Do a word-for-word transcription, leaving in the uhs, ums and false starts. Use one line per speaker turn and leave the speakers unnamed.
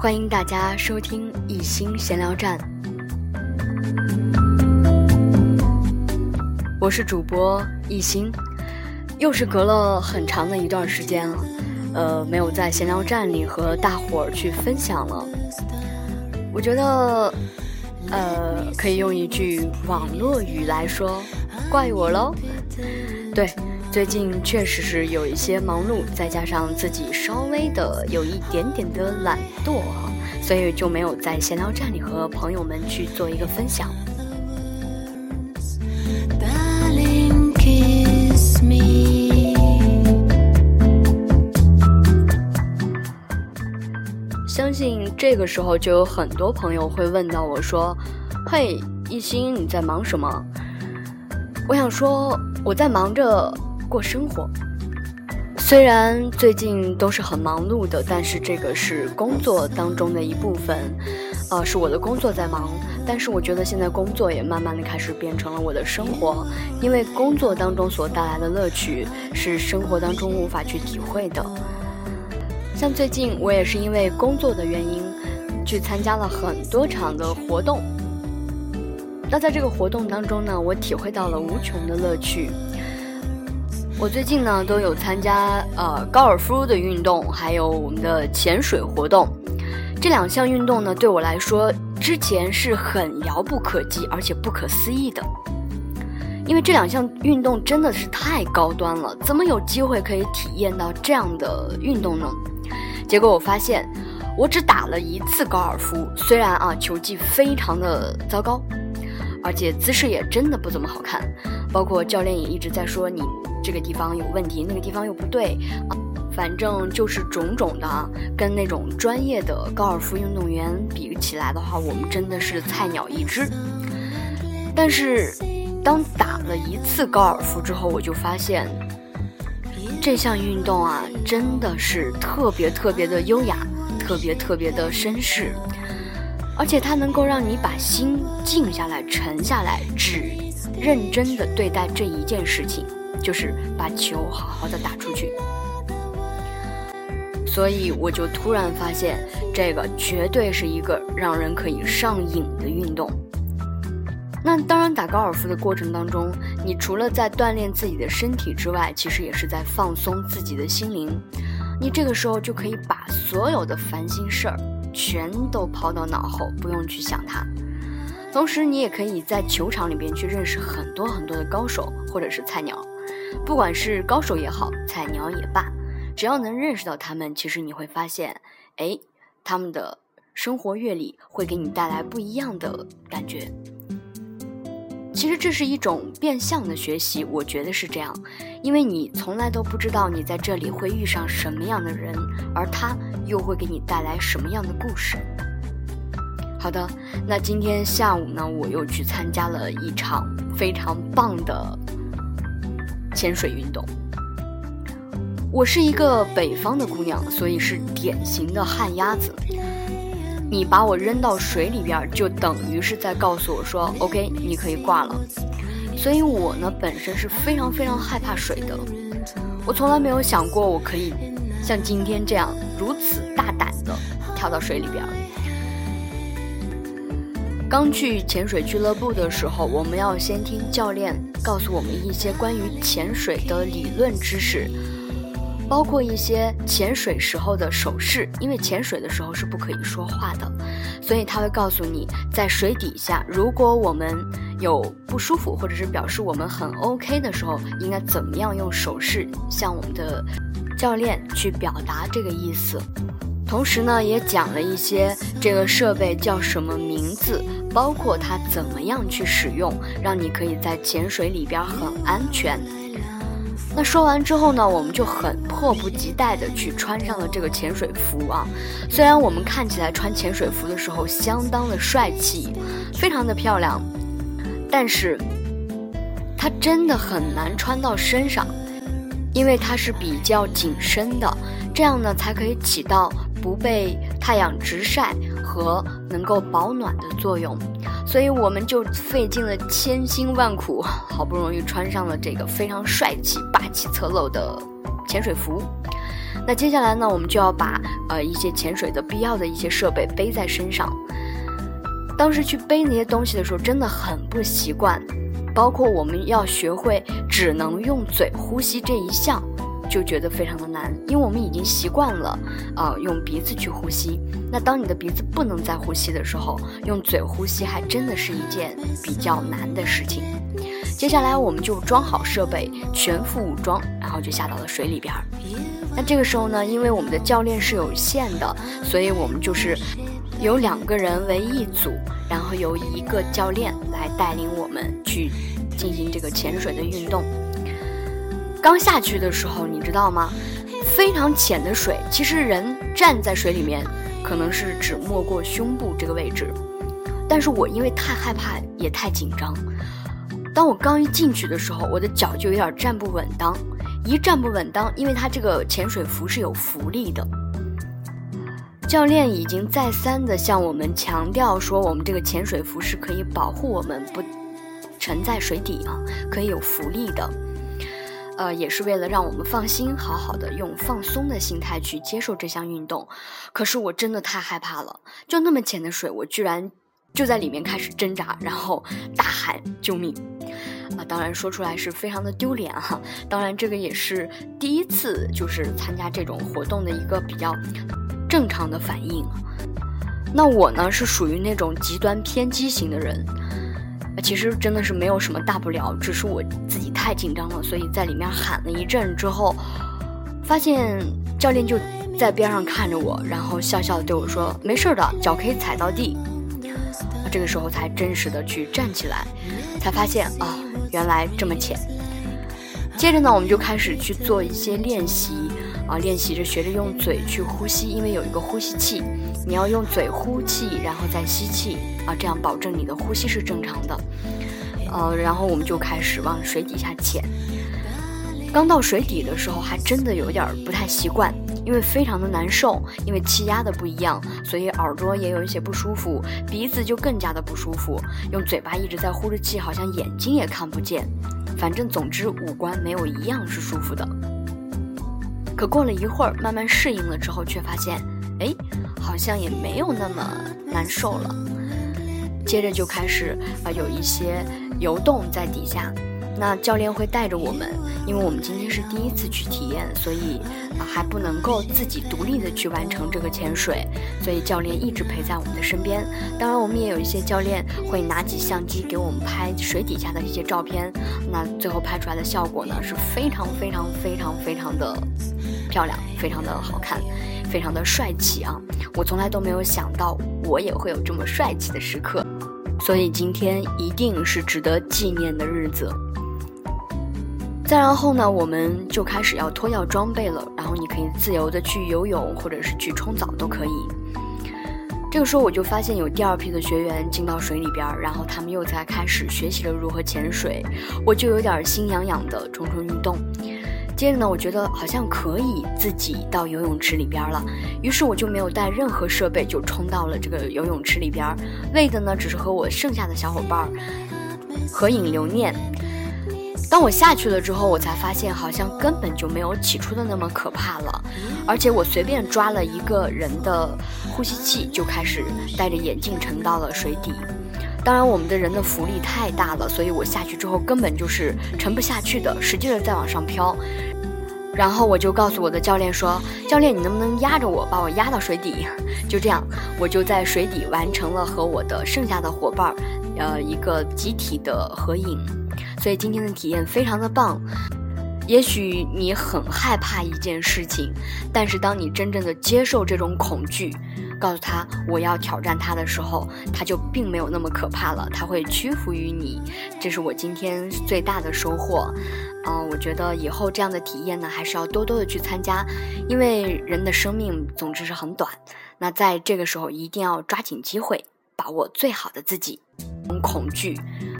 欢迎大家收听一心闲聊站，我是主播一心，又是隔了很长的一段时间了，呃，没有在闲聊站里和大伙儿去分享了。我觉得，呃，可以用一句网络语来说，怪我咯。对，最近确实是有一些忙碌，再加上自己稍微的有一点点的懒惰啊，所以就没有在闲聊站里和朋友们去做一个分享。相信这个时候就有很多朋友会问到我说，嘿，一心你在忙什么？我想说我在忙着过生活，虽然最近都是很忙碌的，但是这个是工作当中的一部分，呃，是我的工作在忙，但是我觉得现在工作也慢慢的开始变成了我的生活，因为工作当中所带来的乐趣是生活当中无法去体会的。像最近我也是因为工作的原因去参加了很多场的活动，那在这个活动当中呢，我体会到了无穷的乐趣。我最近呢都有参加呃高尔夫的运动，还有我们的潜水活动。这两项运动呢对我来说之前是很遥不可及而且不可思议的，因为这两项运动真的是太高端了，怎么有机会可以体验到这样的运动呢？结果我发现我只打了一次高尔夫，虽然啊球技非常的糟糕，而且姿势也真的不怎么好看，包括教练也一直在说你这个地方有问题，那个地方又不对，啊、反正就是种种的啊，跟那种专业的高尔夫运动员比起来的话，我们真的是菜鸟一只。但是当打了一次高尔夫之后，我就发现这项运动啊真的是特别特别的优雅，特别特别的绅士，而且它能够让你把心静下来，沉下来，只认真的对待这一件事情，就是把球好好的打出去。所以我就突然发现，这个绝对是一个让人可以上瘾的运动。那当然，打高尔夫的过程当中，你除了在锻炼自己的身体之外，其实也是在放松自己的心灵。你这个时候就可以把所有的烦心事儿全都抛到脑后，不用去想它。同时你也可以在球场里边去认识很多很多的高手或者是菜鸟，不管是高手也好，菜鸟也罢，只要能认识到他们，其实你会发现，哎，他们的生活阅历会给你带来不一样的感觉。其实这是一种变相的学习，我觉得是这样，因为你从来都不知道你在这里会遇上什么样的人，而他又会给你带来什么样的故事。好的，那今天下午呢，我又去参加了一场非常棒的潜水运动。我是一个北方的姑娘，所以是典型的旱鸭子。你把我扔到水里边，就等于是在告诉我说 OK 你可以挂了。所以我呢本身是非常非常害怕水的，我从来没有想过我可以像今天这样如此大胆的跳到水里边。刚去潜水俱乐部的时候，我们要先听教练告诉我们一些关于潜水的理论知识，包括一些潜水时候的手势，因为潜水的时候是不可以说话的，所以他会告诉你在水底下，如果我们有不舒服或者是表示我们很 OK 的时候，应该怎么样用手势向我们的教练去表达这个意思。同时呢也讲了一些这个设备叫什么名字，包括它怎么样去使用，让你可以在潜水里边很安全。那说完之后呢，我们就很迫不及待地去穿上了这个潜水服啊。虽然我们看起来穿潜水服的时候相当的帅气，非常的漂亮，但是它真的很难穿到身上，因为它是比较紧身的，这样呢才可以起到不被太阳直晒和能够保暖的作用。所以我们就费尽了千辛万苦，好不容易穿上了这个非常帅气霸气侧漏的潜水服。 那接下来呢，我们就要把呃一些潜水的必要的一些设备背在身上。当时去背那些东西的时候真的很不习惯，包括我们要学会只能用嘴呼吸这一项就觉得非常的难，因为我们已经习惯了呃用鼻子去呼吸。那当你的鼻子不能再呼吸的时候，用嘴呼吸还真的是一件比较难的事情。接下来我们就装好设备，全副武装，然后就下到了水里边。那这个时候呢，因为我们的教练是有限的，所以我们就是由两个人为一组，然后由一个教练来带领我们去进行这个潜水的运动。刚下去的时候，你知道吗？非常浅的水，其实人站在水里面可能是只没过胸部这个位置，但是我因为太害怕也太紧张，当我刚一进去的时候，我的脚就有点站不稳当，一站不稳当，因为它这个潜水服是有浮力的。教练已经再三的向我们强调说，我们这个潜水服是可以保护我们不沉在水底啊，可以有浮力的。呃，也是为了让我们放心，好好的用放松的心态去接受这项运动。可是我真的太害怕了，就那么浅的水，我居然就在里面开始挣扎，然后大喊救命啊！当然说出来是非常的丢脸哈、啊。当然这个也是第一次就是参加这种活动的一个比较正常的反应。那我呢是属于那种极端偏激型的人，其实真的是没有什么大不了，只是我自己太紧张了，所以在里面喊了一阵之后，发现教练就在边上看着我，然后笑笑的对我说没事的，脚可以踩到地。这个时候才真实的去站起来，才发现啊，原来这么浅。接着呢，我们就开始去做一些练习啊，练习着学着用嘴去呼吸，因为有一个呼吸器，你要用嘴呼气，然后再吸气啊，这样保证你的呼吸是正常的。呃，然后我们就开始往水底下潜。刚到水底的时候，还真的有点不太习惯，因为非常的难受，因为气压的不一样，所以耳朵也有一些不舒服，鼻子就更加的不舒服，用嘴巴一直在呼着气，好像眼睛也看不见，反正总之五官没有一样是舒服的。可过了一会儿，慢慢适应了之后，却发现哎，好像也没有那么难受了。接着就开始呃有一些游动在底下，那教练会带着我们，因为我们今天是第一次去体验，所以、呃、还不能够自己独立的去完成这个潜水，所以教练一直陪在我们的身边。当然我们也有一些教练会拿起相机给我们拍水底下的一些照片，那最后拍出来的效果呢是非常非常非常非常的漂亮，非常的好看，非常的帅气啊！我从来都没有想到我也会有这么帅气的时刻，所以今天一定是值得纪念的日子。再然后呢，我们就开始要脱掉装备了，然后你可以自由的去游泳或者是去冲澡都可以。这个时候我就发现有第二批的学员进到水里边，然后他们又才开始学习了如何潜水，我就有点心痒痒的蠢蠢欲动。接着呢，我觉得好像可以自己到游泳池里边了，于是我就没有带任何设备就冲到了这个游泳池里边，为的呢只是和我剩下的小伙伴合影留念。当我下去了之后，我才发现好像根本就没有起初的那么可怕了，而且我随便抓了一个人的呼吸器就开始戴着眼镜沉到了水底。当然我们的人的浮力太大了，所以我下去之后根本就是沉不下去的，使劲的再往上飘。然后我就告诉我的教练说，教练你能不能压着我，把我压到水底。就这样我就在水底完成了和我的剩下的伙伴呃一个集体的合影。所以今天的体验非常的棒。也许你很害怕一件事情，但是当你真正的接受这种恐惧，告诉他我要挑战他的时候，他就并没有那么可怕了，他会屈服于你。这是我今天最大的收获。嗯、呃，我觉得以后这样的体验呢，还是要多多的去参加，因为人的生命总之是很短。那在这个时候一定要抓紧机会，把握最好的自己。恐惧